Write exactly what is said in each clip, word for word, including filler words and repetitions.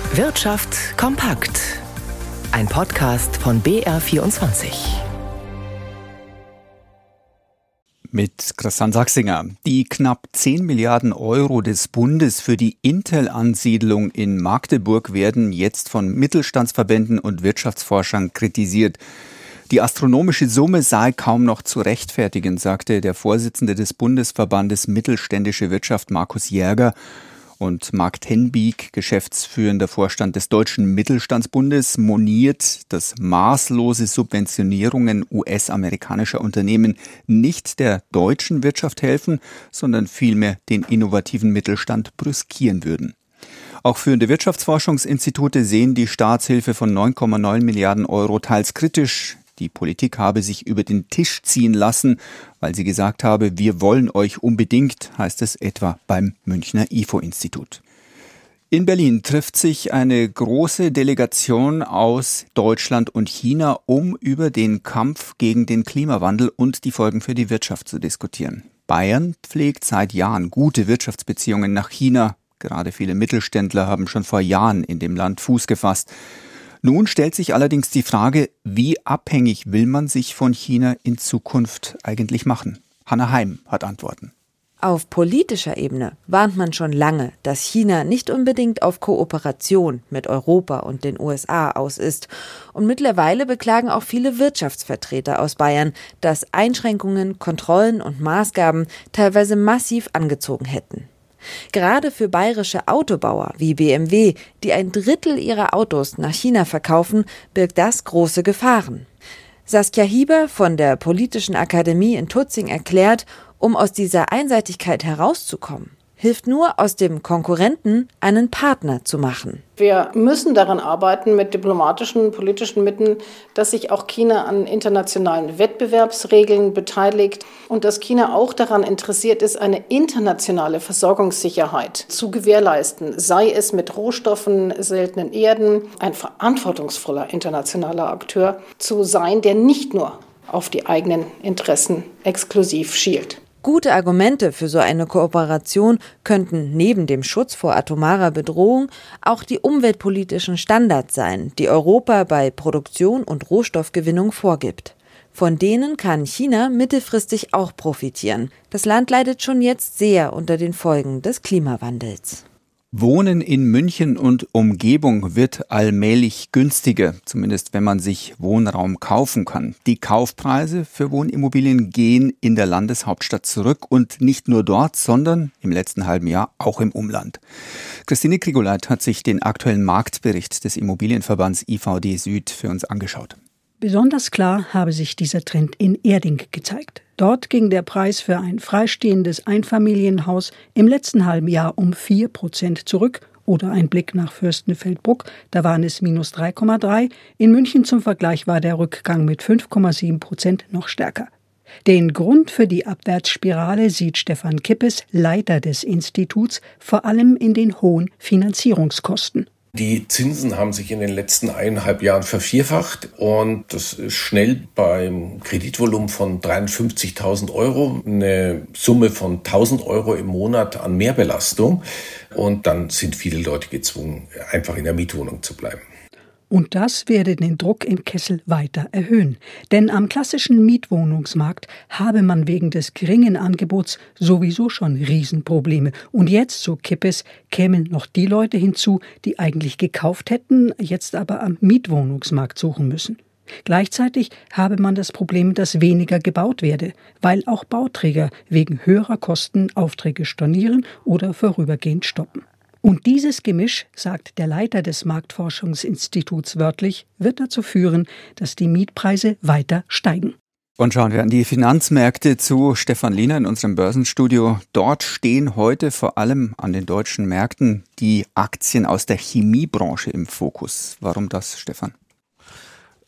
Wirtschaft kompakt. Ein Podcast von B R vierundzwanzig. Mit Christian Sachsinger. Die knapp zehn Milliarden Euro des Bundes für die Intel-Ansiedlung in Magdeburg werden jetzt von Mittelstandsverbänden und Wirtschaftsforschern kritisiert. Die astronomische Summe sei kaum noch zu rechtfertigen, sagte der Vorsitzende des Bundesverbandes Mittelständische Wirtschaft Markus Jäger. Und Marc Tenbiek, geschäftsführender Vorstand des Deutschen Mittelstandsbundes, moniert, dass maßlose Subventionierungen U S-amerikanischer Unternehmen nicht der deutschen Wirtschaft helfen, sondern vielmehr den innovativen Mittelstand brüskieren würden. Auch führende Wirtschaftsforschungsinstitute sehen die Staatshilfe von neun Komma neun Milliarden Euro teils kritisch. Die Politik habe sich über den Tisch ziehen lassen, weil sie gesagt habe, wir wollen euch unbedingt, heißt es etwa beim Münchner I F O-Institut. In Berlin trifft sich eine große Delegation aus Deutschland und China, um über den Kampf gegen den Klimawandel und die Folgen für die Wirtschaft zu diskutieren. Bayern pflegt seit Jahren gute Wirtschaftsbeziehungen nach China. Gerade viele Mittelständler haben schon vor Jahren in dem Land Fuß gefasst. Nun stellt sich allerdings die Frage, wie abhängig will man sich von China in Zukunft eigentlich machen? Hanna Heim hat Antworten. Auf politischer Ebene warnt man schon lange, dass China nicht unbedingt auf Kooperation mit Europa und den U S A aus ist. Und mittlerweile beklagen auch viele Wirtschaftsvertreter aus Bayern, dass Einschränkungen, Kontrollen und Maßgaben teilweise massiv angezogen hätten. Gerade für bayerische Autobauer wie B M W, die ein Drittel ihrer Autos nach China verkaufen, birgt das große Gefahren. Saskia Hieber von der Politischen Akademie in Tutzing erklärt, um aus dieser Einseitigkeit herauszukommen, hilft nur, aus dem Konkurrenten einen Partner zu machen. Wir müssen daran arbeiten, mit diplomatischen, politischen Mitteln, dass sich auch China an internationalen Wettbewerbsregeln beteiligt und dass China auch daran interessiert ist, eine internationale Versorgungssicherheit zu gewährleisten, sei es mit Rohstoffen, seltenen Erden, ein verantwortungsvoller internationaler Akteur zu sein, der nicht nur auf die eigenen Interessen exklusiv schielt. Gute Argumente für so eine Kooperation könnten neben dem Schutz vor atomarer Bedrohung auch die umweltpolitischen Standards sein, die Europa bei Produktion und Rohstoffgewinnung vorgibt. Von denen kann China mittelfristig auch profitieren. Das Land leidet schon jetzt sehr unter den Folgen des Klimawandels. Wohnen in München und Umgebung wird allmählich günstiger, zumindest wenn man sich Wohnraum kaufen kann. Die Kaufpreise für Wohnimmobilien gehen in der Landeshauptstadt zurück und nicht nur dort, sondern im letzten halben Jahr auch im Umland. Christine Krigoleit hat sich den aktuellen Marktbericht des Immobilienverbands I V D Süd für uns angeschaut. Besonders klar habe sich dieser Trend in Erding gezeigt. Dort ging der Preis für ein freistehendes Einfamilienhaus im letzten halben Jahr um vier Prozent zurück. Oder ein Blick nach Fürstenfeldbruck, da waren es minus drei Komma drei. In München zum Vergleich war der Rückgang mit fünf Komma sieben Prozent noch stärker. Den Grund für die Abwärtsspirale sieht Stefan Kippes, Leiter des Instituts, vor allem in den hohen Finanzierungskosten. Die Zinsen haben sich in den letzten eineinhalb Jahren vervierfacht und das ist schnell beim Kreditvolumen von dreiundfünfzigtausend Euro eine Summe von tausend Euro im Monat an Mehrbelastung und dann sind viele Leute gezwungen, einfach in der Mietwohnung zu bleiben. Und das werde den Druck im Kessel weiter erhöhen. Denn am klassischen Mietwohnungsmarkt habe man wegen des geringen Angebots sowieso schon Riesenprobleme. Und jetzt, so Kippes, kämen noch die Leute hinzu, die eigentlich gekauft hätten, jetzt aber am Mietwohnungsmarkt suchen müssen. Gleichzeitig habe man das Problem, dass weniger gebaut werde, weil auch Bauträger wegen höherer Kosten Aufträge stornieren oder vorübergehend stoppen. Und dieses Gemisch, sagt der Leiter des Marktforschungsinstituts wörtlich, wird dazu führen, dass die Mietpreise weiter steigen. Und schauen wir an die Finanzmärkte zu Stefan Lehner in unserem Börsenstudio. Dort stehen heute vor allem an den deutschen Märkten die Aktien aus der Chemiebranche im Fokus. Warum das, Stefan?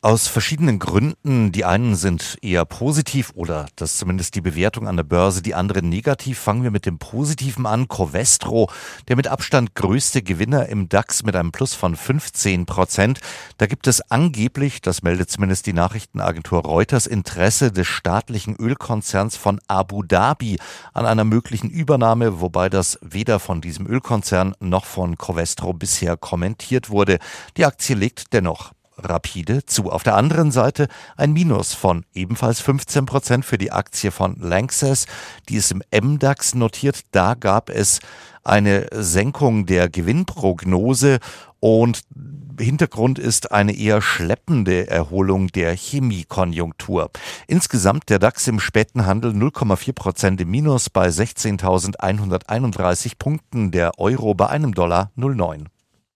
Aus verschiedenen Gründen. Die einen sind eher positiv oder das ist zumindest die Bewertung an der Börse, die anderen negativ. Fangen wir mit dem Positiven an. Covestro, der mit Abstand größte Gewinner im DAX mit einem Plus von fünfzehn Prozent. Da gibt es angeblich, das meldet zumindest die Nachrichtenagentur Reuters, Interesse des staatlichen Ölkonzerns von Abu Dhabi an einer möglichen Übernahme, wobei das weder von diesem Ölkonzern noch von Covestro bisher kommentiert wurde. Die Aktie legt dennoch rapide zu. Auf der anderen Seite ein Minus von ebenfalls fünfzehn Prozent für die Aktie von Lanxess. Die ist im M DAX notiert. Da gab es eine Senkung der Gewinnprognose und Hintergrund ist eine eher schleppende Erholung der Chemiekonjunktur. Insgesamt der DAX im späten Handel null Komma vier Prozent im Minus bei sechzehntausendeinhunderteinunddreißig Punkten, der Euro bei einem Dollar null Komma neun.